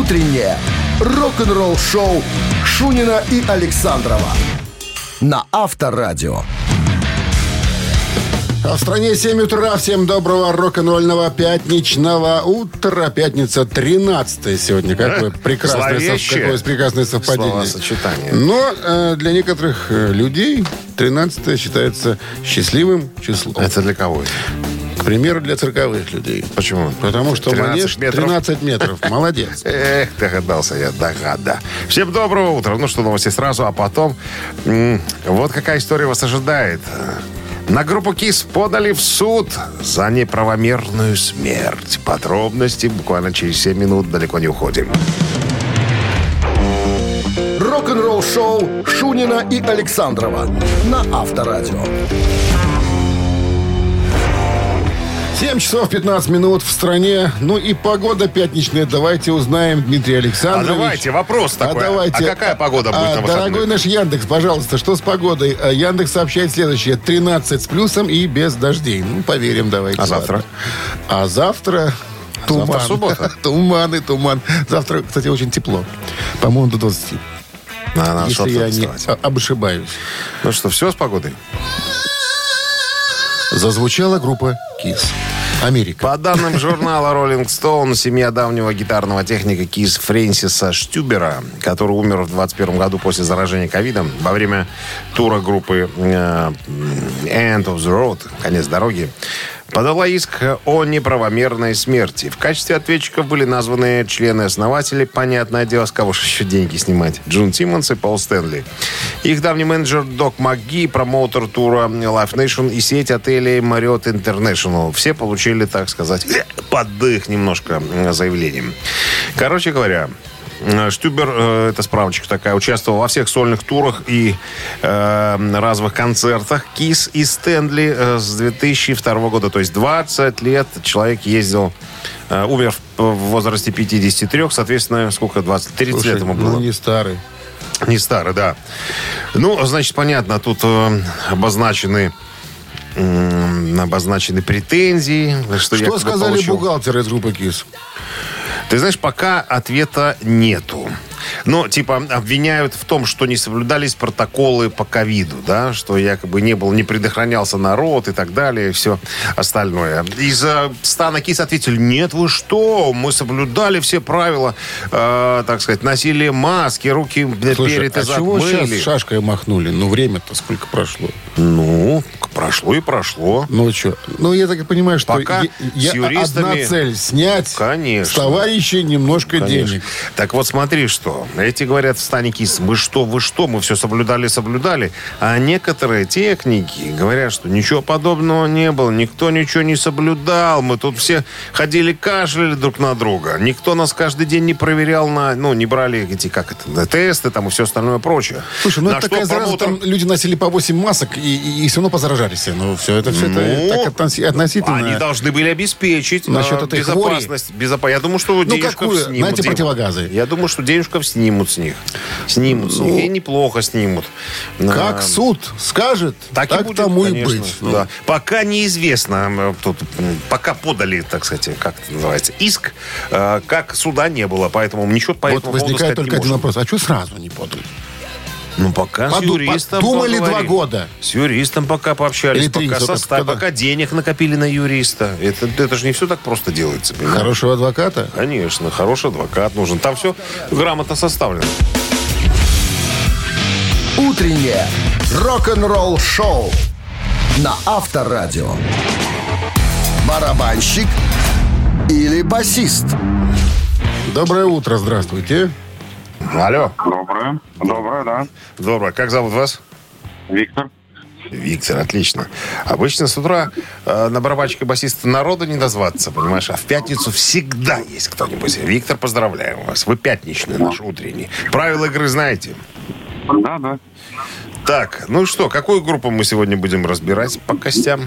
Утреннее рок-н-ролл-шоу Шунина и Александрова на Авторадио. А в стране 7 утра. Всем доброго рок-н-ролльного пятничного утра. Пятница 13 сегодня. Какое прекрасное совпадение. Словосочетание. Но для некоторых людей 13 считается счастливым числом. Это для кого? К примеру, для цирковых людей. Почему? Потому что манеж 13 метров. Молодец. Эх, догадался я, догада. Всем доброго утра. Ну что, новости сразу, а потом... Вот какая история вас ожидает. На группу КИС подали в суд за неправомерную смерть. Подробности буквально через 7 минут. Далеко не уходим. Рок-н-ролл-шоу Шунина и Александрова на Авторадио. 7 часов 15 минут в стране. Ну и погода пятничная. Давайте узнаем, Дмитрий Александрович. А давайте, вопрос такой. А какая погода будет на выходных? Дорогой наш Яндекс, пожалуйста, что с погодой? Яндекс сообщает следующее. 13 с плюсом и без дождей. Ну, поверим, давайте. А завтра? А завтра... Туман. Завтра суббота. Туман. Завтра, кстати, очень тепло. По-моему, до 20. Если я не ошибаюсь. Ну что, все с погодой? Зазвучала группа КИС. Америка. По данным журнала Rolling Stone, семья давнего гитарного техника КИС Фрэнсиса Штюбера, который умер в 2021 году после заражения ковидом, во время тура группы End of the Road, конец дороги, подала иск о неправомерной смерти. В качестве ответчиков были названы члены-основатели, понятное дело, с кого же еще деньги снимать, Джон Симмонс и Пол Стэнли. Их давний менеджер Док МакГи, промоутер тура Live Nation и сеть отелей Marriott International. Все получили, так сказать, поддых немножко заявлением. Короче говоря, Штюбер, это справочка такая, участвовал во всех сольных турах и разовых концертах КИС и Стэнли с 2002 года. То есть 20 лет человек ездил, умер в возрасте 53, соответственно, сколько, 30 лет ему было. Ну, не старый. Не старый, да. Ну, значит, понятно, тут обозначены претензии. Что сказали бухгалтеры из группы КИС? Ты знаешь, пока ответа нету. Ну, типа, обвиняют в том, что не соблюдались протоколы по ковиду, да, что якобы не предохранялся народ и так далее, и все остальное. Из стана КИС ответили: нет, вы что, мы соблюдали все правила, так сказать, носили маски, руки перед и зад чего мыли. сейчас шашкой махнули? Ну, время-то сколько прошло? Ну, прошло и прошло. Ну, что? Ну, я так и понимаю, что пока с юристами... одна цель — снять Конечно. с товарищей немножко денег. Так вот, смотри, что. Эти говорят в стане КИС: вы что, мы все соблюдали. А некоторые техники говорят, что ничего подобного не было, никто ничего не соблюдал. Мы тут все ходили, кашляли друг на друга. Никто нас каждый день не проверял не брали эти, тесты там и все остальное прочее. Слушай, ну это такая зараза, там люди носили по 8 масок и все равно позаражались. Ну, все это так относительно. Они должны были обеспечить безопасность. Я думаю, что денежков снимут. Знаете, противогазы. Я думаю, что денежков снимут с них. Снимут с них. И неплохо снимут. Как суд скажет, так и будет, тому конечно, и быть. Да. Пока неизвестно, пока подали, так сказать, как это называется, иск, как суда не было. Поэтому ничего по этому поводу сказать только один вопрос. А что сразу не подали? Ну, пока с юристом думали 2 года. С юристом пока пообщались, пока пока денег накопили на юриста. Это же не все так просто делается. Понимаешь? Хорошего адвоката? Конечно, хороший адвокат нужен. Там все грамотно составлено. Утреннее рок-н-ролл-шоу на Авторадио. Барабанщик или басист? Доброе утро, здравствуйте. Алло. Доброе, да. Доброе. Как зовут вас? Виктор. Виктор, отлично. Обычно с утра на барабанщика басиста народу не дозваться, понимаешь? А в пятницу всегда есть кто-нибудь. Виктор, поздравляю вас. Вы пятничный, наш утренний. Правила игры знаете? Да. Так, ну что, какую группу мы сегодня будем разбирать по костям?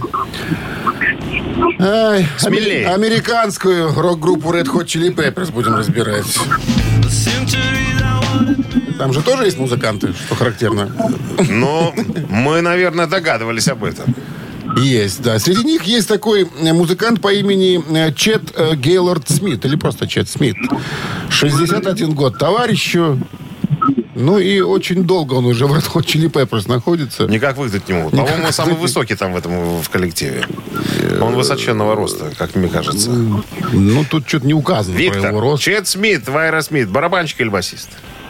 Смелее. Американскую рок-группу Red Hot Chili Peppers будем разбирать. Там же тоже есть музыканты, что характерно. Ну, мы, наверное, догадывались об этом. Есть, да. Среди них есть такой музыкант по имени Чет Гейлорд Смит, или просто Чет Смит. 61 год товарищу. Ну и очень долго он уже в Red Hot Chili Peppers находится. Никак выгнать не могут. По-моему, самый высокий там в коллективе. Он высоченного роста, как мне кажется. Ну, тут что-то не указано Виктор, про его рост. Чет Смит, Вайра Смит, барабанщик или басист?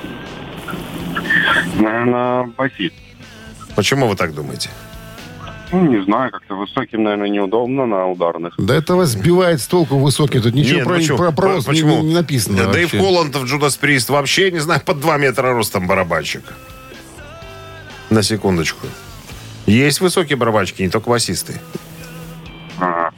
Наверное, басист. Почему вы так думаете? Ну, не знаю, как-то высоким, наверное, неудобно на ударных. Да этого сбивает с толку высокий. Тут ничего Нет, про рост не написано. Дэйв Холланд в Judas Priest вообще, не знаю, под 2 метра ростом барабанщик. На секундочку. Есть высокие барабанщики, не только басисты. Ага.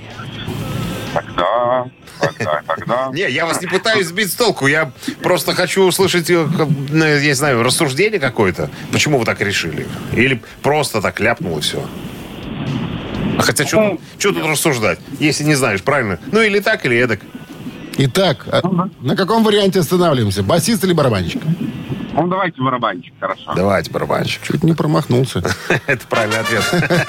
Тогда. Не, я вас не пытаюсь сбить с толку. Я просто хочу услышать, я не знаю, рассуждение какое-то. Почему вы так решили? Или просто так ляпнул и все? А хотя, что тут рассуждать, если не знаешь, правильно? Ну, или так, или эдак. Итак, на каком варианте останавливаемся? Басист или барабанщик? Ну, давайте барабанщик, хорошо. Давайте, барабанщик. Чуть не промахнулся. Это правильный ответ.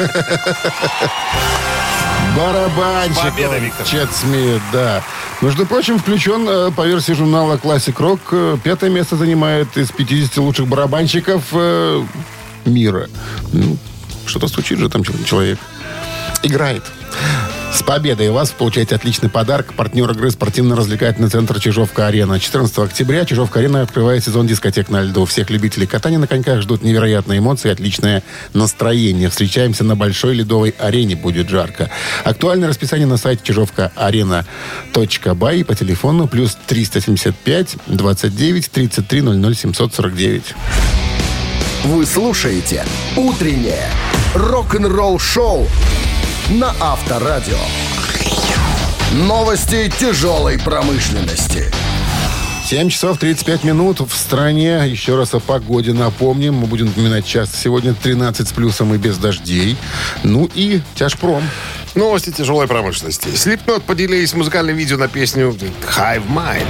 Барабанщик. Победа, Виктор. Чет Смит, да. Между прочим, включен по версии журнала Classic Rock. 5-е место занимает из 50 лучших барабанщиков мира. Ну, что-то стучит же там человек. Играет. С победой у вас получаете отличный подарок. Партнер игры спортивно-развлекательный центр «Чижовка-арена». 14 октября «Чижовка-арена» открывает сезон дискотек на льду. Всех любителей катания на коньках ждут невероятные эмоции и отличное настроение. Встречаемся на большой ледовой арене. Будет жарко. Актуальное расписание на сайте чижовкаарена.бай и по телефону плюс 375 29 33 00 749. Вы слушаете «Утреннее рок-н-ролл-шоу» на Авторадио. Новости тяжелой промышленности. 7 часов 35 минут в стране. Еще раз о погоде напомним. Мы будем напоминать часто. Сегодня 13 с плюсом и без дождей. Ну и тяжпром. Новости тяжелой промышленности. Slipknot поделились музыкальным видео на песню «Hive Mind».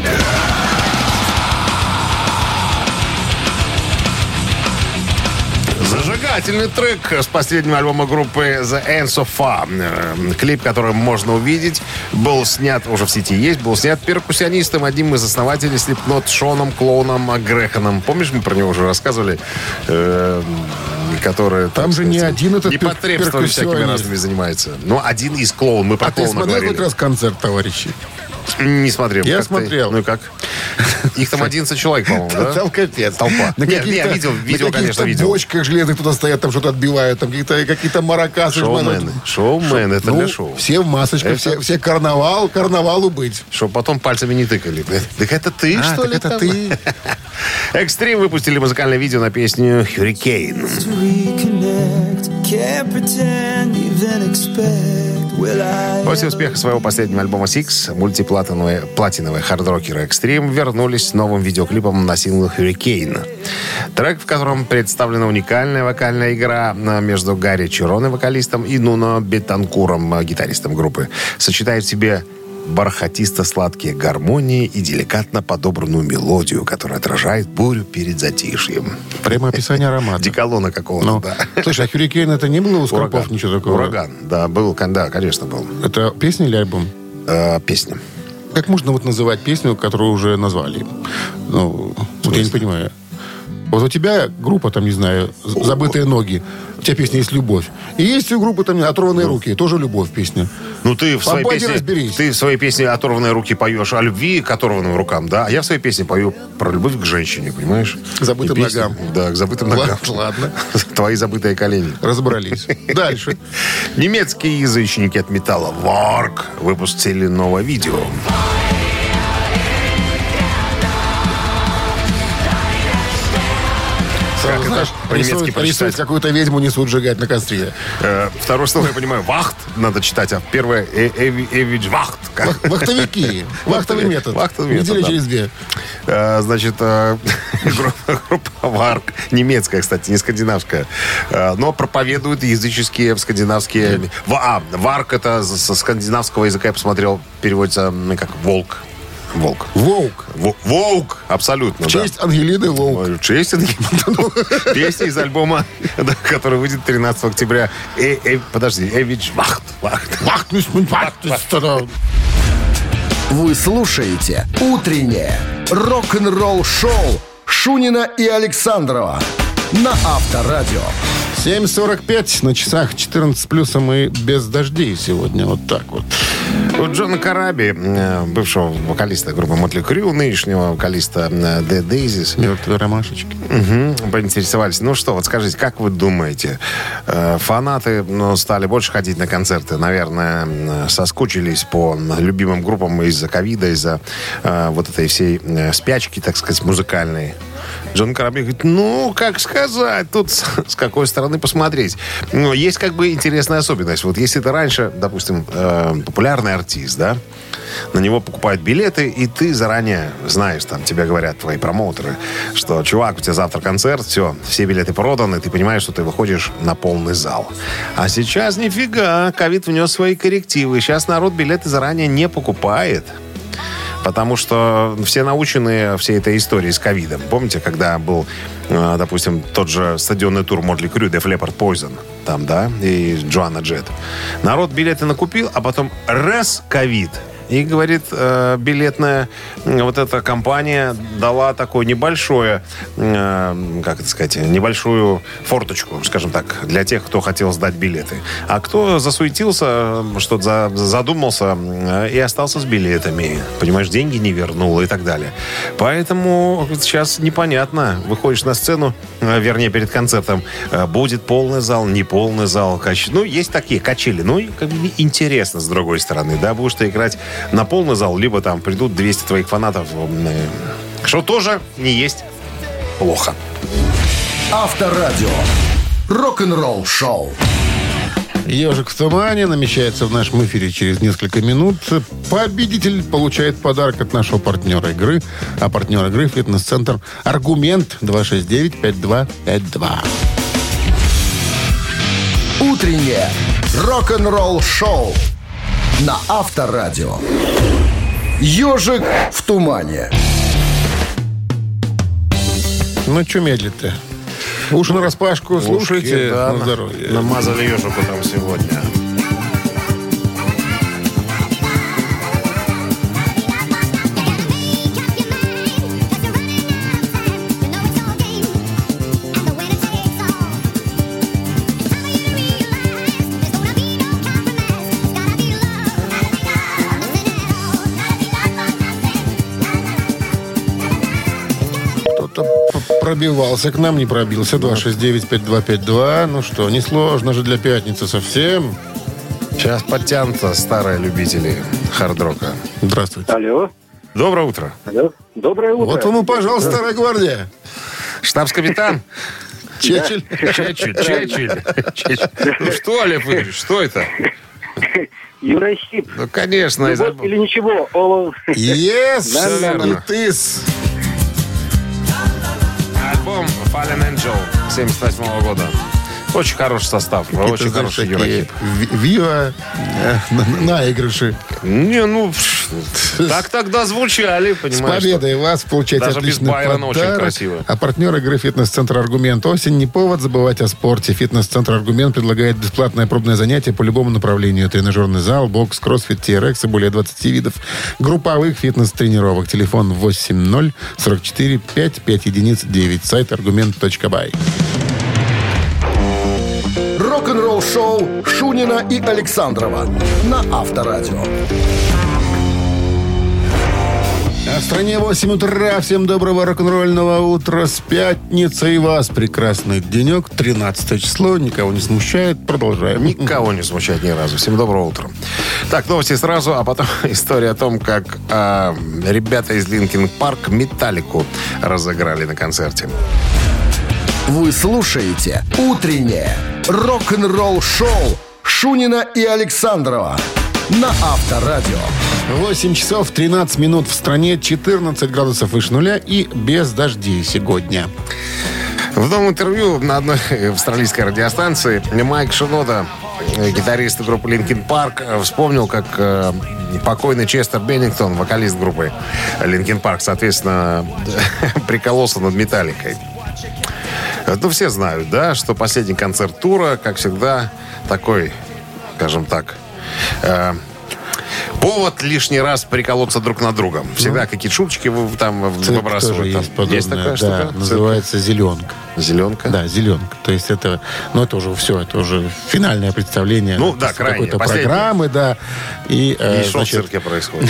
Зажигательный трек с последнего альбома группы The Ends of Fun. Клип, который можно увидеть, был снят, уже в сети есть, был снят перкуссионистом, одним из основателей Slipknot, Шоном Клоуном Грэханом. Помнишь, мы про него уже рассказывали? Который, там же не один этот непотребством всякими разными занимается. Но один из клоун. Мы про клоуна говорили. А ты смотрел хоть раз концерт, товарищи? Не смотрел. Я смотрел. Ну и как? Их там 11 человек, по-моему, да? Там капец. Толпа. Нет, я видел, конечно, видел. На бочках железных туда стоят, там что-то отбивают, там какие-то маракасы. Шоумены, это для шоу. Все в масочках, все карнавалу быть. Чтобы потом пальцами не тыкали. Так это ты, что ли? Это ты. Экстрим выпустили музыкальное видео на песню «Hurricane». После успеха своего последнего альбома Six мультиплатиновые хард-рокеры Extreme вернулись с новым видеоклипом на сингл «Hurricane». Трек, в котором представлена уникальная вокальная игра между Гарри Чироне, вокалистом, и Нуно Бетанкуром, гитаристом группы, сочетает в себе бархатисто-сладкие гармонии и деликатно подобранную мелодию, которая отражает бурю перед затишьем. Прямо описание аромата. Деколона какого-то, да. Слушай, а «Хюрикейн» это не было у Скорпов, ничего такого? «Ураган», да, был, да, конечно, был. Это песня или альбом? Песня. Как можно вот называть песню, которую уже назвали? Ну, вот я не понимаю. Вот у тебя группа, там, не знаю, «Забытые ноги». У тебя песня есть «Любовь». И есть у группы там «Оторванные руки». Тоже «Любовь» песня. Ну, ты в своей песне «Оторванные руки» поешь о любви к оторванным рукам, да? А я в своей песне пою про любовь к женщине, понимаешь? К забытым ногам. Да, к забытым ногам. Ладно. Твои забытые колени. Разобрались. Дальше. Немецкие язычники от металла Варк выпустили новое видео. Как знаешь, по-немецки рисуют какую-то ведьму, несут сжигать на костре. Второе слово, я понимаю, вахт надо читать, а первое эвидж вахт. Вахтовики. Вахтовый метод. Неделю через 2. Значит, группа Варк, немецкая, кстати, не скандинавская, но проповедует языческие скандинавские... Варк это со скандинавского языка, я посмотрел, переводится как волк. Волк. Волк. Волк, абсолютно, В честь Ангелины Волк. В честь Ангелины. Песня из альбома, который выйдет 13 октября. Подожди, Эвич Вахт. Вы слушаете «Утреннее рок-н-ролл-шоу» Шунина и Александрова на Авторадио. 7:45 на часах, 14 с плюсом и без дождей сегодня. Вот так вот. У Джона Караби, бывшего вокалиста группы Мотли Крю, нынешнего вокалиста The Daisies. Мертвые ромашечки. Поинтересовались. Ну что, вот скажите, как вы думаете, фанаты стали больше ходить на концерты? Наверное, соскучились по любимым группам из-за ковида, из-за вот этой всей спячки, так сказать, музыкальной. Джон Караби говорит, ну, как сказать, тут с какой стороны посмотреть. Но есть как бы интересная особенность. Вот если ты раньше, допустим, популярный артист, да, на него покупают билеты, и ты заранее знаешь, там, тебе говорят твои промоутеры, что, чувак, у тебя завтра концерт, все билеты проданы, ты понимаешь, что ты выходишь на полный зал. А сейчас нифига, ковид внес свои коррективы. Сейчас народ билеты заранее не покупает. Потому что все научены всей этой истории с ковидом. Помните, когда был, допустим, тот же стадионный тур Мотли Крю, Def Leppard, Poison, там, да, и Джоанна Джет. Народ билеты накупил, а потом раз ковид. И, говорит, билетная вот эта компания дала такое небольшое, как это сказать, небольшую форточку, скажем так, для тех, кто хотел сдать билеты. А кто засуетился, что-то задумался и остался с билетами. Понимаешь, деньги не вернул и так далее. Поэтому сейчас непонятно. Выходишь на сцену, вернее, перед концертом, будет полный зал, не полный зал. Ну, есть такие качели. Ну, как бы интересно, с другой стороны, да, будешь ты играть на полный зал, либо там придут 200 твоих фанатов, что тоже не есть плохо. Авторадио. Рок-н-ролл шоу. «Ежик в тумане» намечается в нашем эфире через несколько минут. Победитель получает подарок от нашего партнера игры. А партнер игры — фитнес-центр «Аргумент», 269-5252. Утреннее рок-н-ролл шоу на Авторадио. «Ежик в тумане». Ну, что медлит-то? Уши нараспашку, слушайте, да, на здоровье. Намазали ежику там сегодня. Пробивался к нам, не пробился. 269-5252. Ну что, несложно же для пятницы совсем. Сейчас подтянутся старые любители хард-рока. Здравствуйте. Алло. Доброе утро. Алло. Доброе утро. Вот вам и, пожалуйста, старая гвардия. Штабс-капитан. Чечель. Чечель. Ну что, Лев Игоревич, что это? Юрасип. Ну, конечно. Любовь или ничего? Yes, верно. it is. Альбом Fallen Angel 78 года. Очень хороший состав, очень хороший Юрасип. Вива, наигрыши. Не, ну, так тогда звучали, С понимаешь. победой вас получаете даже без отличный Байрона подарок. очень красиво. А партнер игры «Фитнес-центр Аргумент». Осень не повод забывать о спорте. «Фитнес-центр Аргумент» предлагает бесплатное пробное занятие по любому направлению. Тренажерный зал, бокс, кроссфит, TRX и более 20 видов групповых фитнес-тренировок. Телефон 800 44 55 единиц 9. Сайт argument.by. Рок-н-ролл шоу Шунина и Александрова на Авторадио. А в стране 8 утра. Всем доброго рок-н-ролльного утра с пятницей. Вас прекрасный денек. 13 число. Никого не смущает. Продолжаем. Никого не смущает ни разу. Всем доброго утра. Так, новости сразу, а потом история о том, как ребята из Линкин Парк Металлику разыграли на концерте. Вы слушаете «Утреннее рок-н-ролл-шоу» Шунина и Александрова на Авторадио. 8 часов 13 минут в стране, 14 градусов выше нуля и без дождей сегодня. В новом интервью на одной австралийской радиостанции Майк Шинода гитарист группы Linkin Park, вспомнил, как покойный Честер Беннингтон, вокалист группы Linkin Park, соответственно, прикололся над Металликой. Ну, все знают, да, что последний концерт тура, как всегда, такой, скажем так, повод лишний раз приколоться друг над другом. Всегда какие-то шуточки там выбрасывают. Есть подобное, есть такая штука? Да, называется «Зеленка». Зеленка? Да, «Зеленка». То есть это, ну, это уже все, это уже финальное представление. Ну, да, крайнее, какой-то последнее. Программы, да. И что в цирке происходит?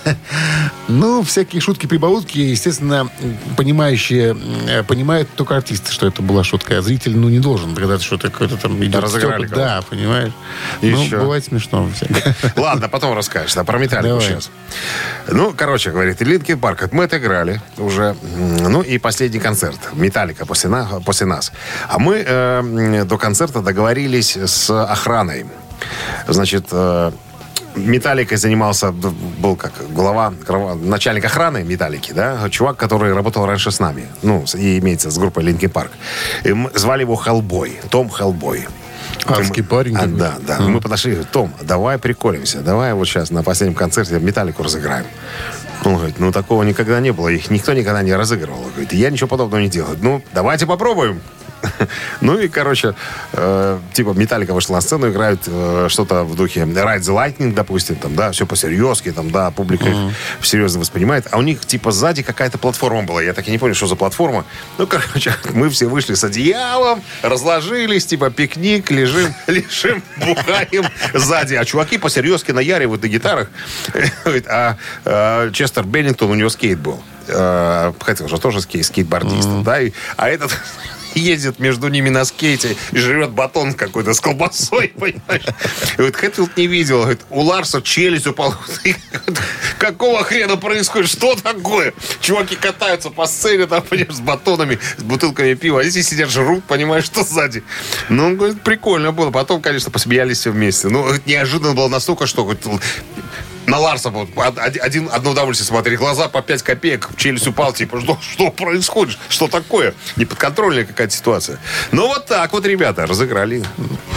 Ну, всякие шутки-прибаутки, естественно, понимающие, понимают только артисты, что это была шутка. А зритель, ну, не должен догадаться, что это какой-то там идет разыграли стёб. Да, понимаешь? Еще. Ну, бывает смешно. Ладно, потом расскажешь. А про Металлику сейчас. Ну, короче, говорит, Linkin Park. Мы отыграли уже. Ну, и последний концерт. Металлика после нас. А мы до концерта договорились с охраной. Значит, Металликой занимался, был как начальник охраны Металлики, да, чувак, который работал раньше с нами. Ну, и имеется с группой Linkin Park. И звали его Хеллбой, Том Хеллбой. Адский парень. Да. Мы подошли, говорит, Том, давай приколимся. Давай вот сейчас на последнем концерте Металлику разыграем. Он говорит, ну такого никогда не было. Их никто никогда не разыгрывал. Он говорит, я ничего подобного не делаю. Ну, давайте попробуем. Ну и, короче, типа Металлика вышла на сцену, играют что-то в духе Ride the Lightning, допустим, там, да, все по-серьезки, там, да, публика их серьезно воспринимает. А у них, типа, сзади какая-то платформа была. Я так и не понял, что за платформа. Ну, короче, мы все вышли с одеялом, разложились, типа, пикник, лежим, бухаем сзади. А чуваки по-серьезки наяривают на гитарах. А Честер Беннингтон, у него скейт был. Хотел же тоже скейтбордист, да, а этот ездит между ними на скейте и жрет батон какой-то с колбасой, понимаешь? И вот Хэтфилд не видел. Говорит, у Ларса челюсть упала. Какого хрена происходит? Что такое? Чуваки катаются по сцене, там, понимаешь, с батонами, с бутылками пива. А здесь сидят, жрут, понимаешь, что сзади. Ну, он говорит, прикольно было. Потом, конечно, посмеялись все вместе. Ну, неожиданно было настолько, что на Ларса вот, одно удовольствие смотреть. Глаза по 5 копеек, челюсть упал, типа, что происходит? Что такое? Неподконтрольная какая-то ситуация. Ну, вот так вот, ребята, разыграли.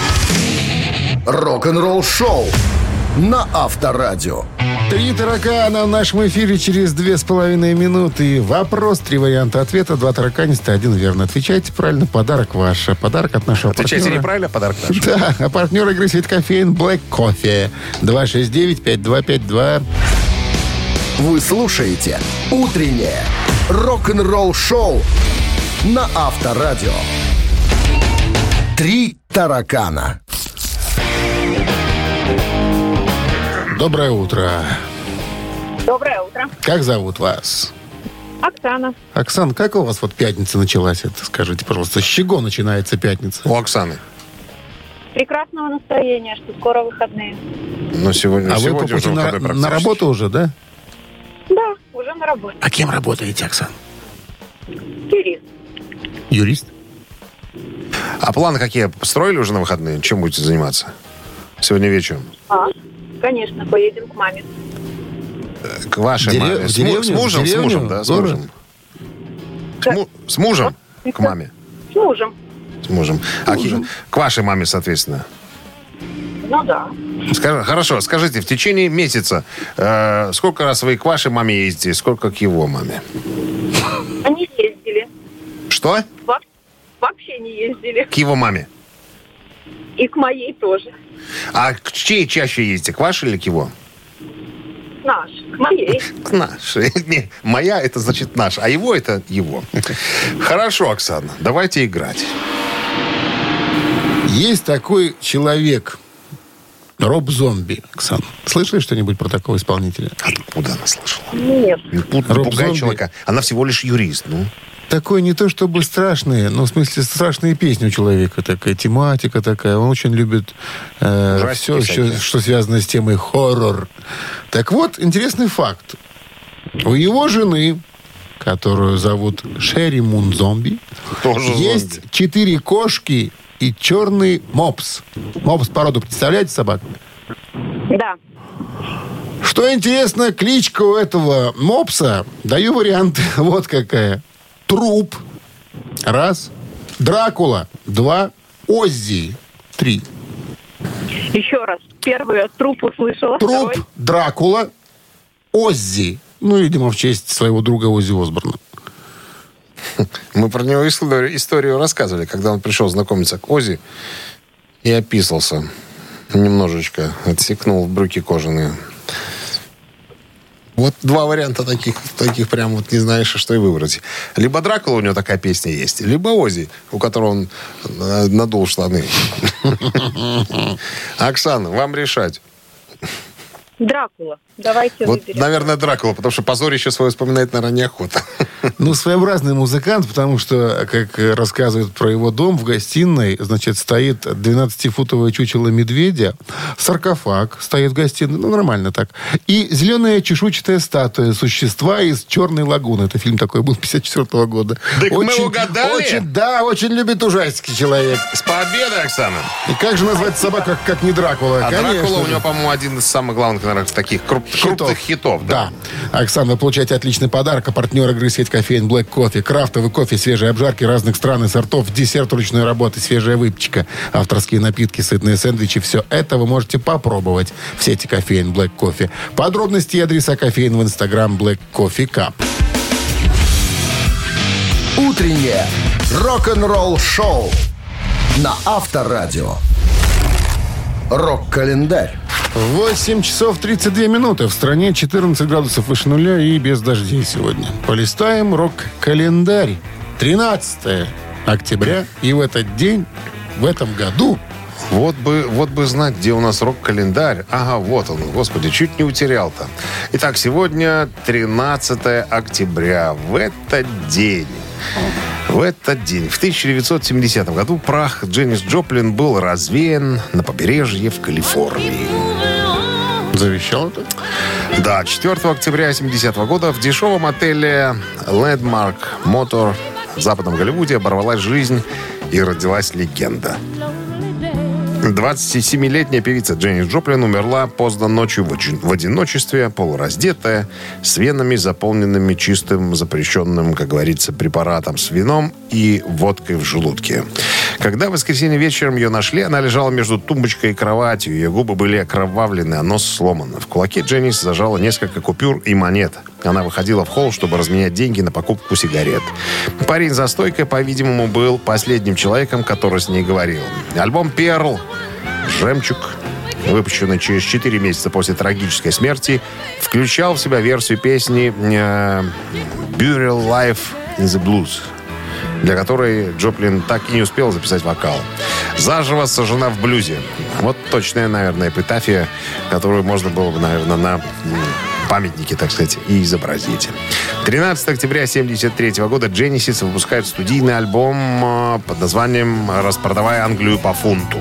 Рок-н-ролл шоу на Авторадио. 3 таракана в нашем эфире через 2,5 минуты. Вопрос, 3 варианта ответа, 2 тараканиста, 1 верно. Отвечайте правильно, подарок ваш. Подарок от нашего Отвечайте партнера. неправильно, подарок наш. Да, а партнер игры «Сеть кофеин» Black Coffee. 269-5252. Вы слушаете «Утреннее рок-н-ролл шоу» на Авторадио. 3 таракана. Доброе утро. Доброе утро. Как зовут вас? Оксана. Оксан, как у вас вот пятница началась? Это скажите, пожалуйста, с чего начинается пятница? У Оксаны. Прекрасного настроения, что скоро выходные. Но сегодня, А вы по пути на работу уже, да? Да, уже на работе. А кем работаете, Оксан? Юрист. Юрист? А планы какие? Построили уже на выходные? Чем будете заниматься? Сегодня вечером. Конечно, поедем к маме. К вашей маме. С мужем? С мужем, да, с мужем. С мужем? К маме? С мужем. С мужем. К вашей маме, соответственно. Ну да. Хорошо, скажите, в течение месяца сколько раз вы к вашей маме ездите, сколько к его маме? Они ездили. Что? Вообще не ездили. К его маме? И к моей тоже. А к чьей чаще ездите, к вашей или к его? Наш. К моей. К нашей. Не, моя это значит наш, а его это его. Хорошо, Оксана, давайте играть. Есть такой человек, Роб Зомби, Оксана. Слышали что-нибудь про такого исполнителя? Откуда она слышала? Нет. Роб Пугает Зомби. человека. Она всего лишь юрист, ну. Такой не то чтобы страшный, но в смысле страшные песни у человека. Такая тематика такая. Он очень любит все, что связано с темой хоррор. Так вот, интересный факт. У его жены, которую зовут Шерри Мун Зомби, Тоже есть зомби. 4 кошки и черный мопс. Мопс породу, представляете, собак? Да. Что интересно, кличка у этого мопса, даю варианты, вот какая. Труп. 1. Дракула. 2. Оззи. 3. Еще раз. Первый труп услышала. Труп, Второй. Дракула, Оззи. Ну, видимо, в честь своего друга Оззи Осборна. Мы про него историю рассказывали, когда он пришел знакомиться к Оззи и описался. Немножечко отсекнул в брюки кожаные. Вот два варианта таких прям вот не знаешь, что и выбрать. Либо Дракула, у него такая песня есть, либо Оззи, у которого он надул штаны. Оксана, вам решать. Дракула. Давайте Вот, выберем. наверное, Дракула, потому что позорище свое вспоминает, наверное, неохота. Ну, своеобразный музыкант, потому что, как рассказывают про его дом, в гостиной, значит, стоит 12-футовое чучело медведя, саркофаг стоит в гостиной, ну, нормально так, и зеленая чешуйчатая статуя существа из «Черной лагуны». Это фильм такой был 54 года. Так мы угадали? Очень любит ужастики человек. С победой, Оксана! И как же назвать собаку, как не Дракула? А Конечно Дракула у же. него, по-моему, один из самых главных, наверное, таких крупных хитов. Да. Оксана, вы получаете отличный подарок. А партнер игры сеть кофеин Black Coffee. Крафтовый кофе, свежие обжарки разных стран и сортов, десерт ручной работы, свежая выпечка, авторские напитки, сытные сэндвичи. Все это вы можете попробовать в сети кофеин Black Coffee. Подробности и адреса кофеин в Instagram Black Coffee Cup. Утреннее рок-н-ролл-шоу на Авторадио. Рок-календарь. 8 часов 32 минуты. В стране 14 градусов выше нуля и без дождей сегодня. Полистаем рок-календарь. 13 октября. И в этот день, в этом году... Вот бы знать, где у нас рок-календарь. Ага, вот он. Господи, чуть не утерял-то. Итак, сегодня 13 октября. В этот день, в 1970 году, прах Дженнис Джоплин был развеян на побережье в Калифорнии. Завещал это? Да, 4 октября 70 года в дешевом отеле Landmark Motor в западном Голливуде оборвалась жизнь и родилась легенда. 27-летняя певица Дженнис Джоплин умерла поздно ночью в одиночестве, полураздетая, с венами, заполненными чистым, запрещенным, как говорится, препаратом с вином и водкой в желудке. Когда в воскресенье вечером ее нашли, она лежала между тумбочкой и кроватью. Ее губы были окровавлены, а нос сломан. В кулаке Дженнис зажала несколько купюр и монет. Она выходила в холл, чтобы разменять деньги на покупку сигарет. Парень за стойкой, по-видимому, был последним человеком, который с ней говорил. Альбом «Перл», «Жемчуг», выпущенный через 4 месяца после трагической смерти, включал в себя версию песни «Burial Life in the Blues», для которой Джоплин так и не успел записать вокал. «Заживо сожжена в блюзе». Вот точная, наверное, эпитафия, которую можно было бы, наверное, на памятнике, так сказать, и изобразить. 13 октября 1973 года Genesis выпускает студийный альбом под названием «Распродавая Англию по фунту».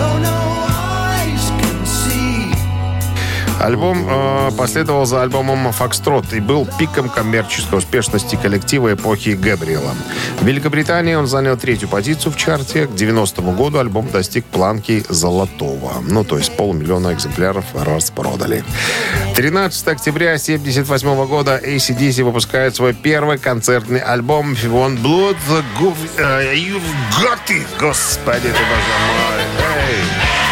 Альбом последовал за альбомом «Фокстрот» и был пиком коммерческой успешности коллектива эпохи Гэбриэла. В Великобритании он занял 3-ю позицию в чарте. К 90-му году альбом достиг планки золотого. Ну, то есть 500 000 экземпляров распродали. 13 октября 1978 года AC/DC выпускает свой первый концертный альбом «If you want blood, you've got it». Господи ты, боже мой. Эй.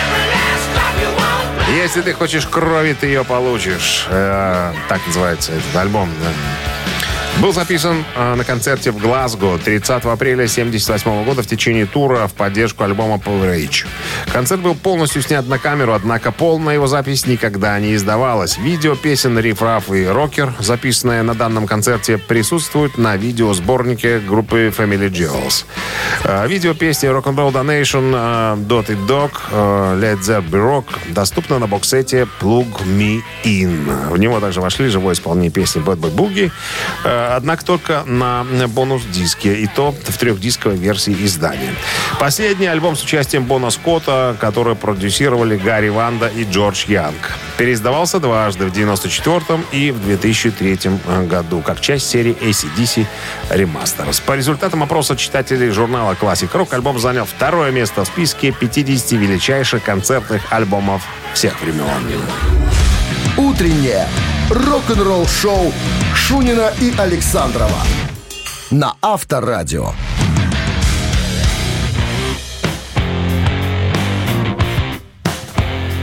Если ты хочешь крови, ты ее получишь. Так называется этот альбом. Был записан на концерте в Глазго 30 апреля 1978 года в течение тура в поддержку альбома Power Age. Концерт был полностью снят на камеру, однако полная его запись никогда не издавалась. Видео песен «Риф Раф» и «Рокер», записанное на данном концерте, присутствует на видеосборнике группы Family Jewels. Видео песни «Rock'n'Roll Donation», «Dotted Dog», «Let There Be Rock» доступно на боксете «Plug Me In». В него также вошли живое исполнение песни «Bad Boy Boogie», однако только на бонус-диске, и то в 3-дисковой версии издания. Последний альбом с участием Бона Скотта, который продюсировали Гарри Ванда и Джордж Янг. Переиздавался дважды, в 1994 и в 2003 году, как часть серии AC/DC Remasters. По результатам опроса читателей журнала Classic Rock альбом занял 2-е место в списке 50 величайших концертных альбомов всех времен. Утреннее рок-н-ролл-шоу Шунина и Александрова на Авторадио.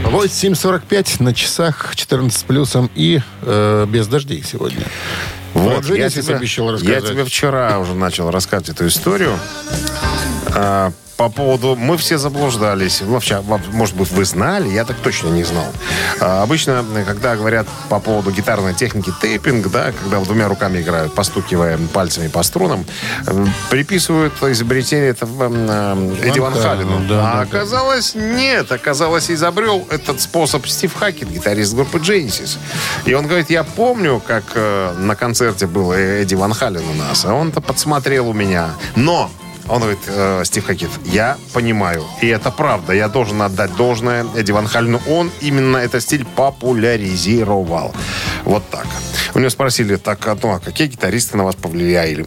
8:45 на часах, 14 с плюсом и без дождей сегодня. Вот, я обещал рассказать. тебе вчера уже начал рассказывать эту историю. По поводу... Мы все заблуждались. Может быть, вы знали, я так точно не знал. Обычно, когда говорят по поводу гитарной техники тейпинг, да, когда двумя руками играют, постукивая пальцами по струнам, приписывают изобретение Эдди Ван Халену. А оказалось, нет. Оказалось, изобрел этот способ Стив Хакет, гитарист группы Genesis. И он говорит, я помню, как на концерте был Эдди Ван Хален у нас, а он-то подсмотрел у меня. Но... Он говорит, Стив Хакет, я понимаю, и это правда, я должен отдать должное Эдди Ван Халену. Он именно этот стиль популяризировал. Вот так. У него спросили, так, а какие гитаристы на вас повлияли?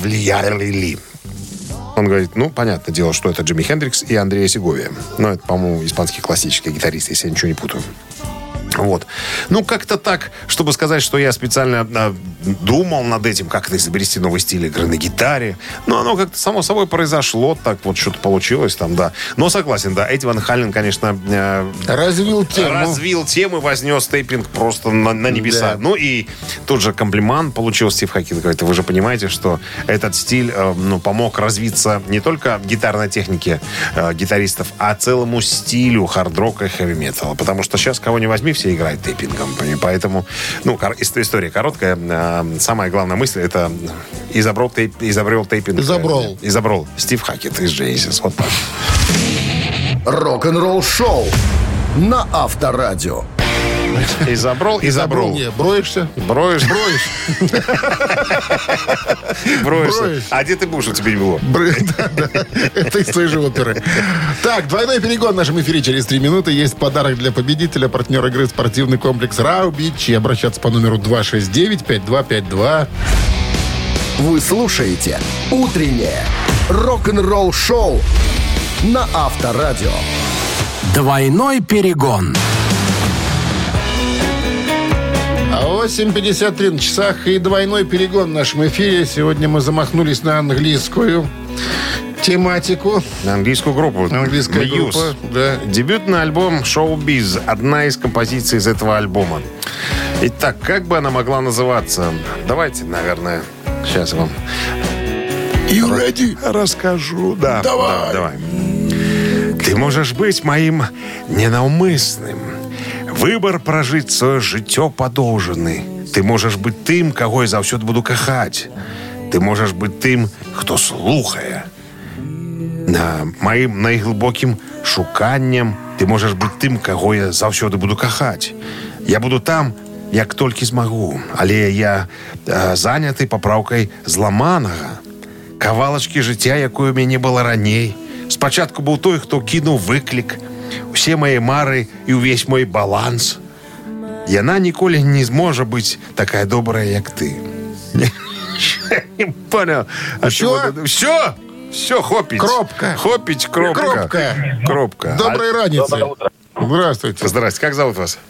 Он говорит, понятное дело, что это Джимми Хендрикс и Андреа Сеговия. Это, по-моему, испанские классические гитаристы, если я ничего не путаю. Вот. Как-то так, чтобы сказать, что я специально думал над этим, как это изобрести новый стиль игры на гитаре. Оно как-то само собой произошло, так вот что-то получилось там, да. Но согласен, да, Эдди Ван Хален, конечно, развил тему и вознес тейпинг просто на небеса. Да. И тут же комплимент получил Стив Хакет. Говорит, вы же понимаете, что этот стиль помог развиться не только гитарной технике гитаристов, а целому стилю хард-рока и хэви-металла. Потому что сейчас кого не возьми, все играют тейпингом. Поэтому, история короткая. Самая главная мысль, это изобрел тейпинг. Изобрел Стив Хакет из Genesis. Вот так. Рок-н-ролл шоу на Авторадио. Изобрел. Не, броешься? Броешь. А где ты будешь, у тебя не было? Да. Это из той же оперы. Так, двойной перегон в нашем эфире через 3 минуты. Есть подарок для победителя, партнер игры спортивный комплекс «Раубичи». Обращаться по номеру 269-5252. Вы слушаете «Утреннее рок-н-ролл-шоу» на Авторадио. Двойной перегон. 8:53 на часах и двойной перегон в нашем эфире. Сегодня мы замахнулись на английскую тематику. На английскую группу. Английская группа, да. Дебютный альбом «Showbiz». Одна из композиций из этого альбома. Итак, как бы она могла называться? Давайте, наверное, сейчас вам расскажу. Да, давай. Ты можешь быть моим ненаўмысным. Выбор прожить свое життя подовжений. Ти можеш бути тим, кого я завсёды буду кохать. Ти можеш бути тим, хто слухає. Моїм найглибоким шуканням. Ти можеш бути тим, кого я завсёды буду кохать. Я буду там, як тільки змогу. Але я зайнятий поправкою зламаного. Кавалочки життя, якої у мене не було раней. Спочатку був той, хто кинув виклик. Все мои мары и увесь мой баланс. Яна ніколи не зможе бути така добра, як ти. Не понял. Все, хопить. Кропка. Доброй раницы. Здравствуйте. Здрасте. Как зовут вас?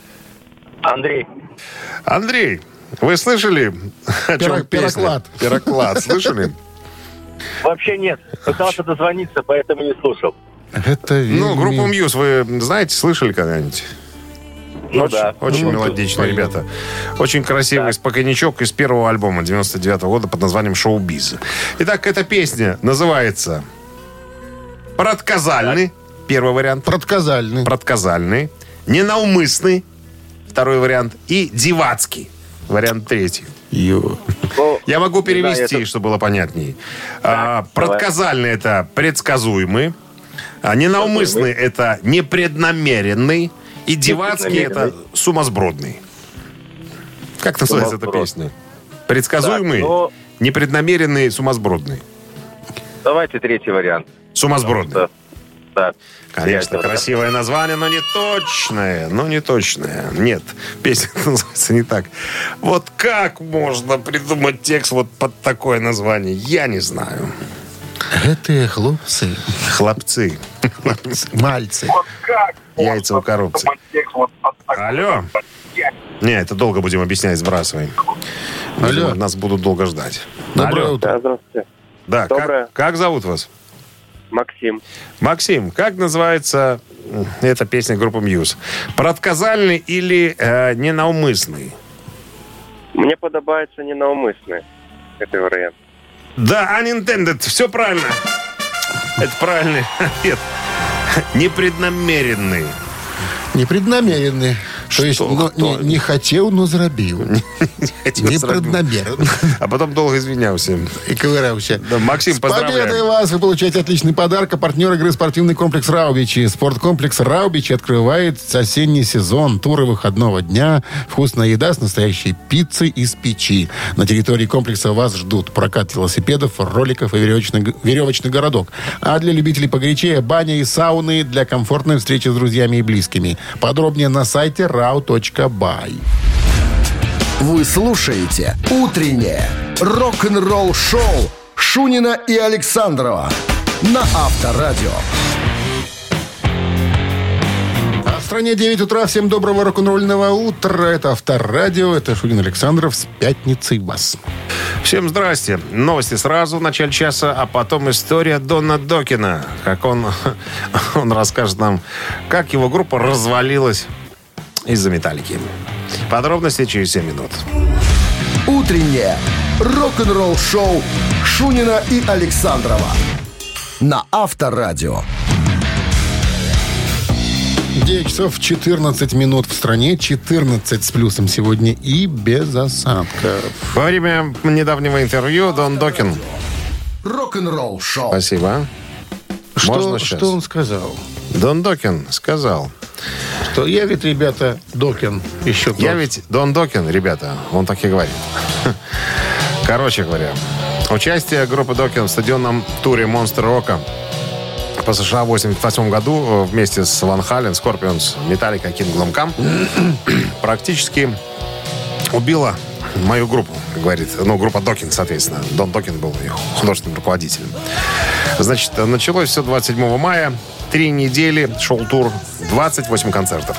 Андрей, вы слышали, о чем песня? Пироклад. Слышали? Вообще нет. Пытался дозвониться, поэтому не слушал. Группу Мьюз вы знаете, слышали когда-нибудь? Да. Очень мелодично, ребята. Очень красивый спокойничок из первого альбома 99-го года под названием «Showbiz». Итак, эта песня называется «Прадказальный». Первый вариант. «Прадказальный». «Ненаўмысный». Второй вариант. И «Дивацкий». Вариант третий. Я могу перевести, чтобы было понятнее. Прадказальный — это предсказуемый. Ненаўмысный — это непреднамеренный. И Дивацкий — это сумасбродный. Как называется эта песня? Предсказуемый, непреднамеренный, сумасбродный. Давайте третий вариант. Сумасбродный. Да. Конечно, красивое название, но не точное. Нет, песня называется не так. Вот как можно придумать текст вот под такое название? Я не знаю. Это хлопцы. Хлопцы. Мальцы. Яйца у коробцы. Алло. Не, это долго будем объяснять, сбрасываем. Алло. Нас будут долго ждать. Доброе утро. Да, здравствуйте. Да, как зовут вас? Максим. Максим, как называется Это песня группы Muse. Прадказальный или ненаўмысный? Мне подобается ненавмысный. Это вариант. Да, unintended. Все правильно. Это правильный ответ. Непреднамеренный. Непреднамеренный. То есть не хотел, но зрабил. Непреднамеренно. А потом долго извинялся. И ковырялся. Да, Максим, с поздравляю. победой вас! Вы получаете отличный подарок. А партнер игры спортивный комплекс «Раубичи». Спорткомплекс «Раубичи» открывает осенний сезон. Туры выходного дня. Вкусная еда с настоящей пиццей из печи. На территории комплекса вас ждут прокат велосипедов, роликов и веревочный городок. А для любителей погорячее баня и сауны для комфортной встречи с друзьями и близкими. Подробнее на сайте rau.by. Вы слушаете «Утреннее рок-н-ролл-шоу» Шунина и Александрова на Авторадио. А в стране 9 утра. Всем доброго рок-н-ролльного утра. Это Авторадио, это Шунин Александров. С пятницей вас. Всем здрасте. Новости сразу в начале часа, а потом история Дона Докина. Как он расскажет нам, как его группа развалилась из-за «Металлики». Подробности через 7 минут. Утреннее рок-н-ролл-шоу Шунина и Александрова на Авторадио. 9 часов 14 минут в стране, 14 с плюсом сегодня и без осадков. Во время недавнего интервью Дон Докин. Рок-н-ролл-шоу. Спасибо. Что он сказал? Дон Докин сказал, что я ведь, ребята, Докин еще тот. Я ведь Дон Докин, ребята. Он так и говорит. Короче говоря, участие группы Докин в стадионном туре Monster Rock'а по США в 1988 году вместе с Ван Хален, Скорпионс, Металлика, Kingdom Come практически убила мою группу, говорит. Ну, группа Докин, соответственно. Дон Докин был их художественным руководителем. Значит, началось все 27 мая. 3 недели шел тур, 28 концертов.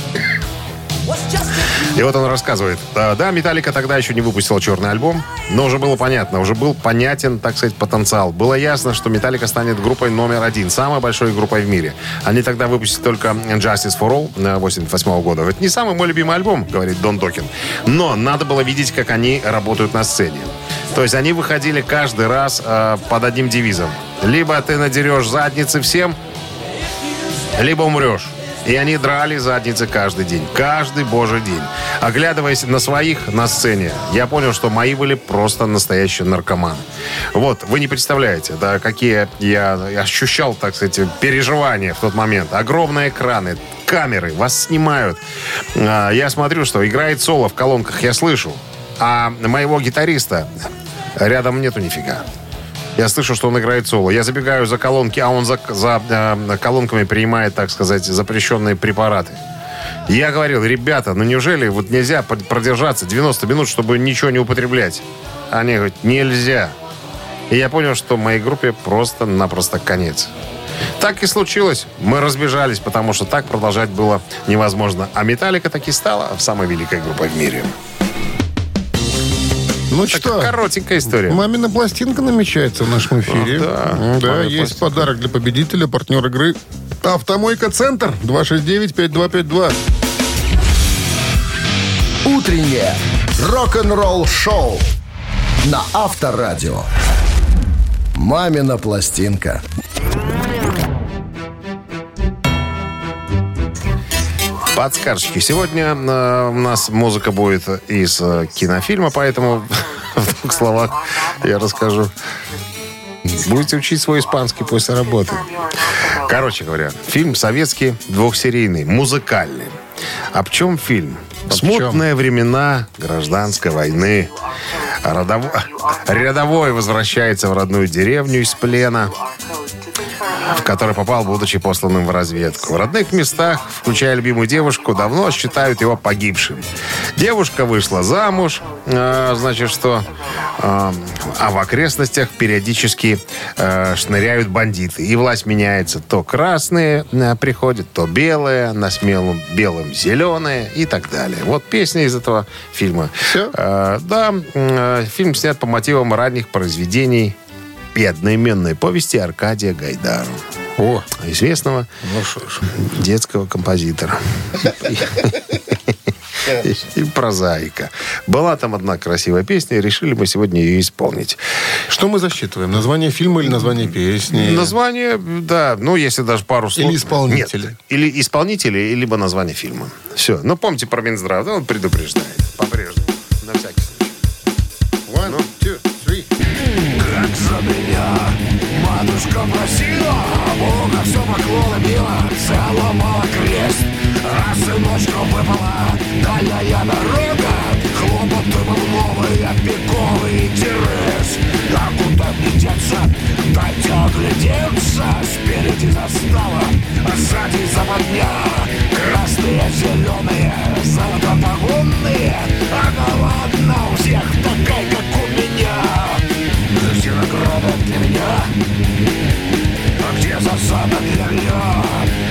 И вот он рассказывает. Да, Металлика тогда еще не выпустила черный альбом, но уже было понятно, уже был понятен, так сказать, потенциал. Было ясно, что Металлика станет группой номер 1, самой большой группой в мире. Они тогда выпустили только Justice for All 1988 года. Это не самый мой любимый альбом, говорит Дон Докин, но надо было видеть, как они работают на сцене. То есть они выходили каждый раз под одним девизом. Либо ты надерешь задницы всем, либо умрешь. И они драли задницы каждый день. Каждый божий день. Оглядываясь на своих на сцене, я понял, что мои были просто настоящие наркоманы. Вот, вы не представляете, да, какие я ощущал, так сказать, переживания в тот момент. Огромные экраны, камеры, вас снимают. Я смотрю, что играет соло в колонках, я слышу. А моего гитариста рядом нету нифига. Я слышу, что он играет соло. Я забегаю за колонки, а он за колонками принимает, так сказать, запрещенные препараты. Я говорил, ребята, ну неужели вот нельзя продержаться 90 минут, чтобы ничего не употреблять? Они говорят, нельзя. И я понял, что моей группе просто-напросто конец. Так и случилось. Мы разбежались, потому что так продолжать было невозможно. А Металлика таки стала самой великой группой в мире. Ну так что, коротенькая история. Мамина пластинка намечается в нашем эфире. Да, есть пластинка. Подарок для победителя, партнер игры «Автомойка Центр» 269-5252. Утреннее рок-н-ролл-шоу на Авторадио. «Мамина пластинка». Подсказочки. Сегодня у нас музыка будет из кинофильма, поэтому в 2 словах я расскажу. Будете учить свой испанский после работы. Короче говоря, фильм советский, 2-серийный, музыкальный. Об чем фильм? Смутные времена гражданской войны. Рядовой возвращается в родную деревню из плена, в который попал, будучи посланным в разведку. В родных местах, включая любимую девушку, давно считают его погибшим. Девушка вышла замуж, а в окрестностях периодически шныряют бандиты. И власть меняется. То красные приходят, то белые, на смену белым зеленые и так далее. Вот песня из этого фильма. Все? Да, фильм снят по мотивам ранних произведений и одноименной повести Аркадия Гайдара. О, известного детского композитора. И прозаика. Была там одна красивая песня, и решили мы сегодня ее исполнить. что мы засчитываем? Название фильма или название песни? Название, да, ну, если даже пару слов. Или исполнители. Нет, или исполнители, либо название фильма. Все. Ну, помните про Минздрав, да, он предупреждает. По-прежнему. На всякий случай. One, two, three. Как за меня матушка просила, Бога все поклона била, целовала крест. А сыночку выпала дальняя дорога, хлопоты был новый, опековый интерес. А куда мне деться, дайте оглядеться. Спереди застава, а сзади западня. Красные, зеленые, золотопогонные. А голодна у всех такая, как у меня. Где награда для меня? А где засада для меня?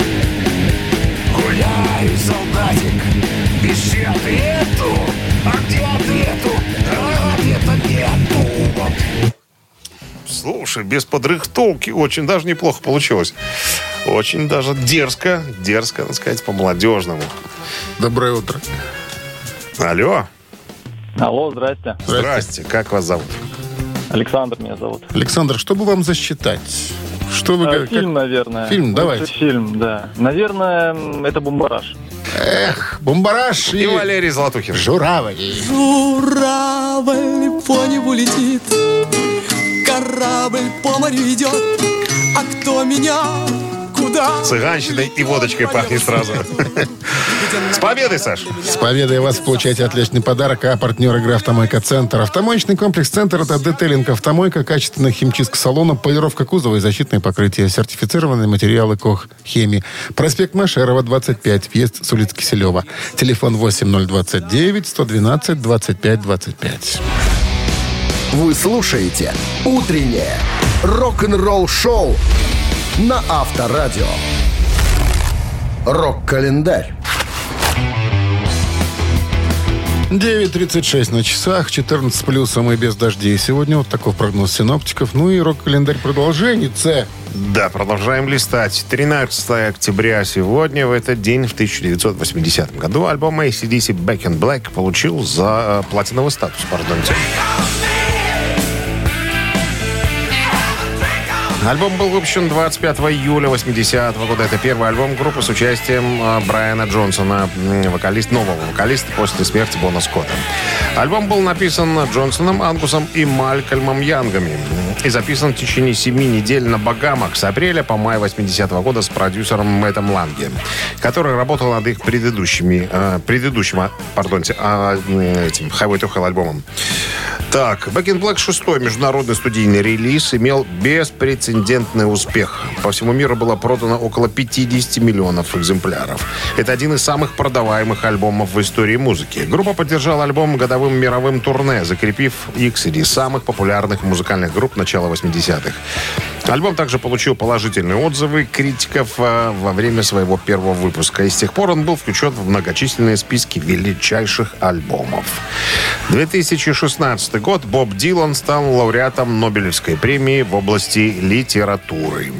Гуляй, солдатик, ищи ответу. А где ответу? А ответа нету. Слушай, без подрыхтовки очень даже неплохо получилось. Очень даже дерзко, надо сказать, по-молодежному. Доброе утро. Алло. Алло, здрасте. Здрасте. Как вас зовут? Александр меня зовут. Александр, что бы вам засчитать? Что вы... Фильм, наверное. Фильм, давайте. Фильм, да. Наверное, это «Бумбараш». Эх, Бумбараш И Валерий Золотухин. Журавль. Журавль по небу летит, корабль по морю идет, а кто меня куда? Цыганщиной и водочкой пахнет сразу. С победой, Саш! С победой вас получаете отличный подарок, а партнер игры «Автомойка Центр». Автомоечный комплекс «Центр» — это детейлинг «Автомойка», качественная химчистка салона, полировка кузова и защитные покрытия, сертифицированные материалы КОХ «Хеми». Проспект Машерова, 25, въезд с улицы Киселева. Телефон 8029-112-25-25. Вы слушаете «Утреннее рок-н-ролл-шоу» на Авторадио. Рок-календарь. 9:36 на часах, 14 с плюсом и без дождей. Сегодня вот такой прогноз синоптиков. Ну и рок-календарь продолжается. Да, продолжаем листать. 13 октября сегодня, в этот день, в 1980 году, альбом AC/DC Back in Black получил за платиновый статус, пардонте. Альбом был выпущен 25 июля 80-го года. Это первый альбом группы с участием Брайана Джонсона, нового вокалиста после смерти Бона Скотта. Альбом был написан Джонсоном, Ангусом и Малькольмом Янгами и записан в течение 7 недель на Багамах с апреля по май 80-го года с продюсером Мэттом Ланге, который работал над их предыдущим Highway to Hell альбомом. Так, Back in Black, 6-й международный студийный релиз, имел беспрецедентный успех. По всему миру было продано около 50 миллионов экземпляров. Это один из самых продаваемых альбомов в истории музыки. Группа поддержала альбом годовым мировым турне, закрепив их среди самых популярных музыкальных групп начала 80-х. Альбом также получил положительные отзывы критиков во время своего первого выпуска. И с тех пор он был включен в многочисленные списки величайших альбомов. 2016 год. Боб Дилан стал лауреатом Нобелевской премии в области литературы.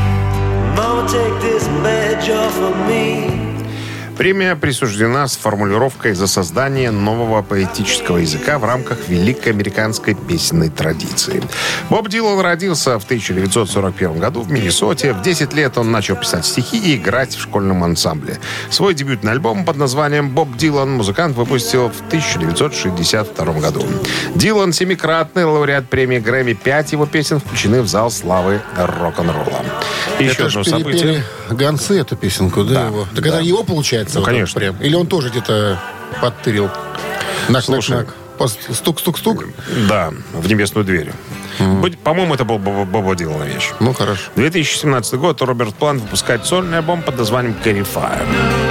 Премия присуждена с формулировкой за создание нового поэтического языка в рамках великой американской песенной традиции. Боб Дилан родился в 1941 году в Миннесоте. В 10 лет он начал писать стихи и играть в школьном ансамбле. Свой дебютный альбом под названием «Боб Дилан» музыкант выпустил в 1962 году. Дилан — 7-кратный лауреат премии Грэмми. 5 его песен включены в зал славы рок-н-ролла. Еще одно событие. Гансы эту песенку, да? Его? Так это его получается? Ну, конечно. Прям. Или он тоже где-то подтырил? Нак-нак-нак. Стук-стук-стук? Да, в небесную дверь. По-моему, это был Боба Дилана вещь. Ну, хорошо. 2017 год. Роберт Плант выпускает сольный альбом под названием «Карифан».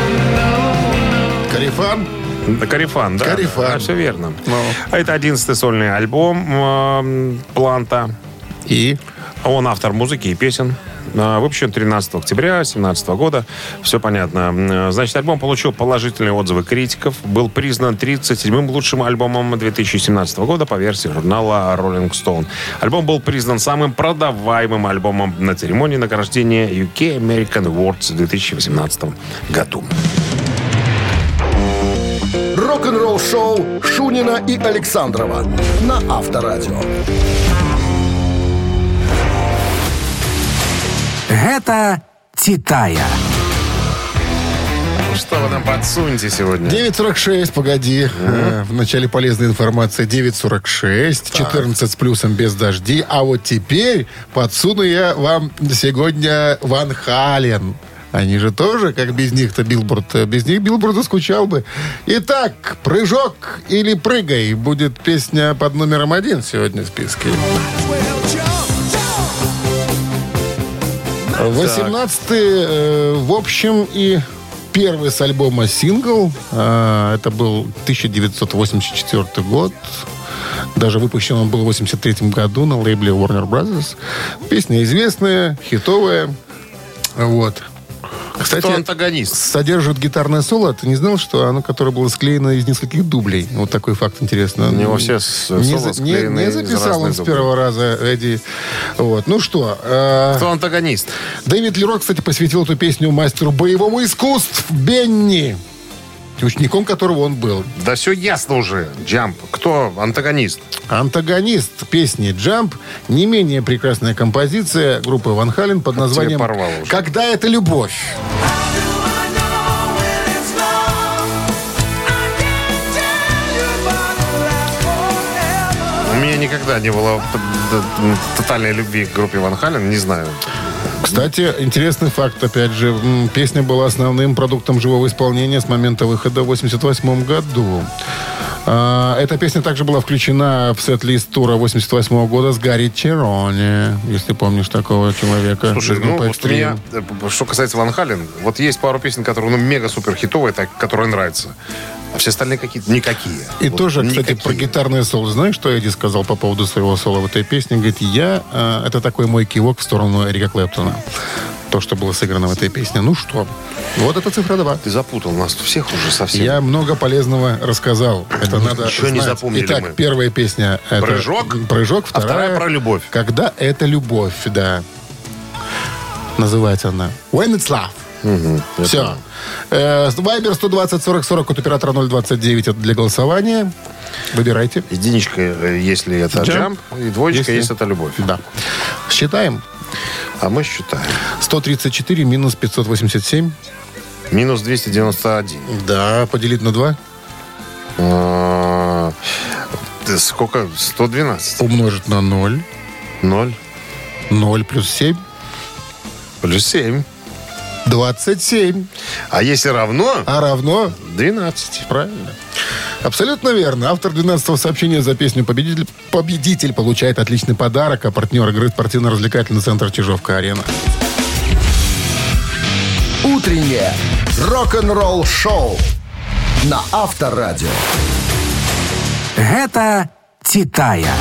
Карифан? Да, Карифан, да. Карифан. Да, все верно. Ну. Это 11-й сольный альбом Планта. И? Он автор музыки и песен. Выпущен 13 октября 2017 года. Все понятно. Значит, альбом получил положительные отзывы критиков. Был признан 37-м лучшим альбомом 2017 года по версии журнала Rolling Stone. Альбом был признан самым продаваемым альбомом на церемонии награждения UK American Awards в 2018 году. Рок-н-ролл-шоу Шунина и Александрова на Авторадио. Гэта «Титая». Что вы нам подсунете сегодня? 9.46, погоди. В начале полезная информация. 9.46, 14 с плюсом без дождей. А вот теперь подсуну я вам сегодня Ван Хален. Они же тоже, как без них-то Билборд. Без них Билборд заскучал бы. Итак, «Прыжок» или «Прыгай» будет песня под номером 1 сегодня в списке. 18-й, в общем, и первый с альбома сингл. Это был 1984 год. Даже выпущен он был в 1983 году на лейбле Warner Brothers. Песня известная, хитовая. Вот. Кстати, кто антагонист? Содержит гитарное соло. Ты не знал, что оно, которое было склеено из нескольких дублей? Вот такой факт интересный. У него все соло склеены не записал он с первого раза, Эдди. Вот. Ну что? Кто антагонист? Дэвид Ли Рок, кстати, посвятил эту песню мастеру боевому искусств Бенни, учеником которого он был. Да все ясно уже. Джамп. Кто антагонист? Антагонист песни «Jump» не менее прекрасная композиция группы Ван Хален под названием «Когда это любовь». У меня никогда не было тотальной любви к группе Ван Хален, не знаю. Кстати, интересный факт, опять же. Песня была основным продуктом живого исполнения с момента выхода в 1988 году. Эта песня также была включена в сет-лист тура 1988 года с Гарри Чирони, если помнишь такого человека. Слушай, ну вот у меня, что касается Ван Хален, вот есть пару песен, которые мега-супер хитовые, которые нравятся. А все остальные какие-то никакие. И вот тоже, кстати, никакие. про гитарное соло. Знаешь, что Эдди сказал по поводу своего соло в этой песне? Говорит, это такой мой кивок в сторону Эрика Клэптона. То, что было сыграно в этой песне. Ну что, вот это цифра 2. Ты запутал нас всех уже совсем. Я много полезного рассказал. Это надо Ничего не знать. запомнили. Итак, мы. Первая песня — это «Прыжок», вторая про любовь. «Когда это любовь», да. Называется она «When it's love». Все. Вайбер 120-40-40 от оператора 029. Это для голосования. Выбирайте. Единичка, если это джамп, и двоечка, если это любовь. Да. Считаем. А мы считаем. 134 минус 587. Минус 291. Да, поделить на 2. Сколько? 112. Умножить на 0. 0. 0 плюс 7. Плюс 7. 27. А если равно? А равно? 12. Правильно. Абсолютно верно. Автор 12-го сообщения за песню «Победитель» получает отличный подарок, а партнер игры — спортивно-развлекательный центр «Чижовка-арена». Утреннее рок-н-ролл-шоу на Авторадио. Гэта «Титая».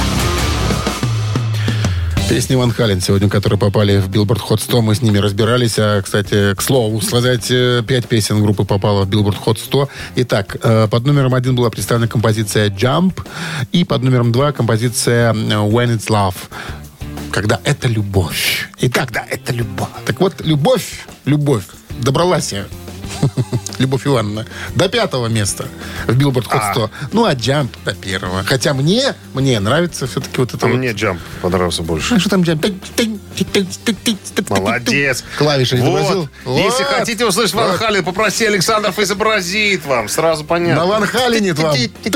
Песни Ван Хален сегодня, которые попали в Billboard Hot 100, мы с ними разбирались. А, кстати, к слову сказать, 5 песен группы попало в Billboard Hot 100. Итак, под номером 1 была представлена композиция «Jump», и под номером 2 композиция «When it's Love». Когда это любовь. И когда это любовь. Так вот, любовь добралась я. Любовь Ивановна, до 5-го места в Billboard Hot 100. Ну, а «Jump» до 1-го. Хотя мне нравится все-таки вот это. Мне «Jump» понравился больше. А что там «Jump»? Молодец. Клавиши изобразил. Вот. Если хотите услышать Ван Хален, попроси, Александров изобразит вам. Сразу понятно. На Ван Халене вам.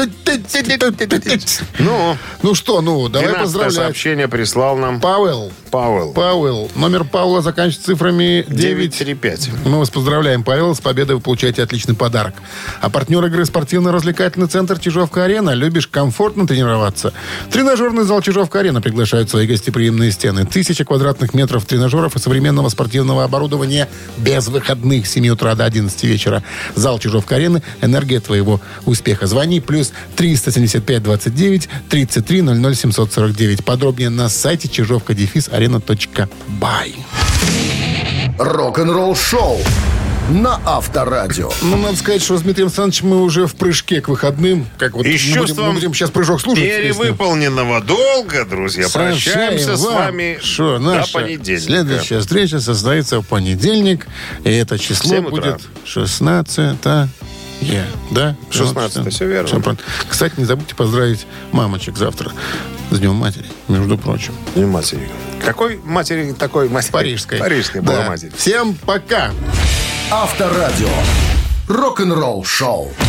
Ну что, давай поздравлять. Сообщение прислал нам Пауэлл. Номер Пауэлла заканчивается цифрами 935. Мы вас поздравляем, Павел. С победой вы получаете отличный подарок. А партнер игры — спортивно-развлекательный центр «Чижовка-арена». Любишь комфортно тренироваться? Тренажерный зал «Чижовка-арена» приглашает свои гостеприимные стены. 1000 квадратных метров тренажеров и современного спортивного оборудования без выходных с 7 утра до 11 вечера. Зал «Чижовка-арены» — энергия твоего успеха. Звони плюс 375 29 33 00 749. Подробнее на сайте чижовка-арена.бай. Рок-н-ролл-шоу на Авторадио. Ну, надо сказать, что с Дмитрием Александровичем мы уже в прыжке к выходным. Как вот И с мы чувством будем сейчас прыжок слушать. перевыполненного долга, друзья. Прощаемся с вами что до наша понедельника. следующая встреча состоится в понедельник. И это число 7 утра. будет 16-е. Да? 16-е, все верно. Всё правильно. Кстати, не забудьте поздравить мамочек завтра с Днем Матери, между прочим. Днем матери. Какой матери такой матери? Парижской. Парижской Да. была матерь. Всем пока! Авторадио. Рок-н-ролл-шоу.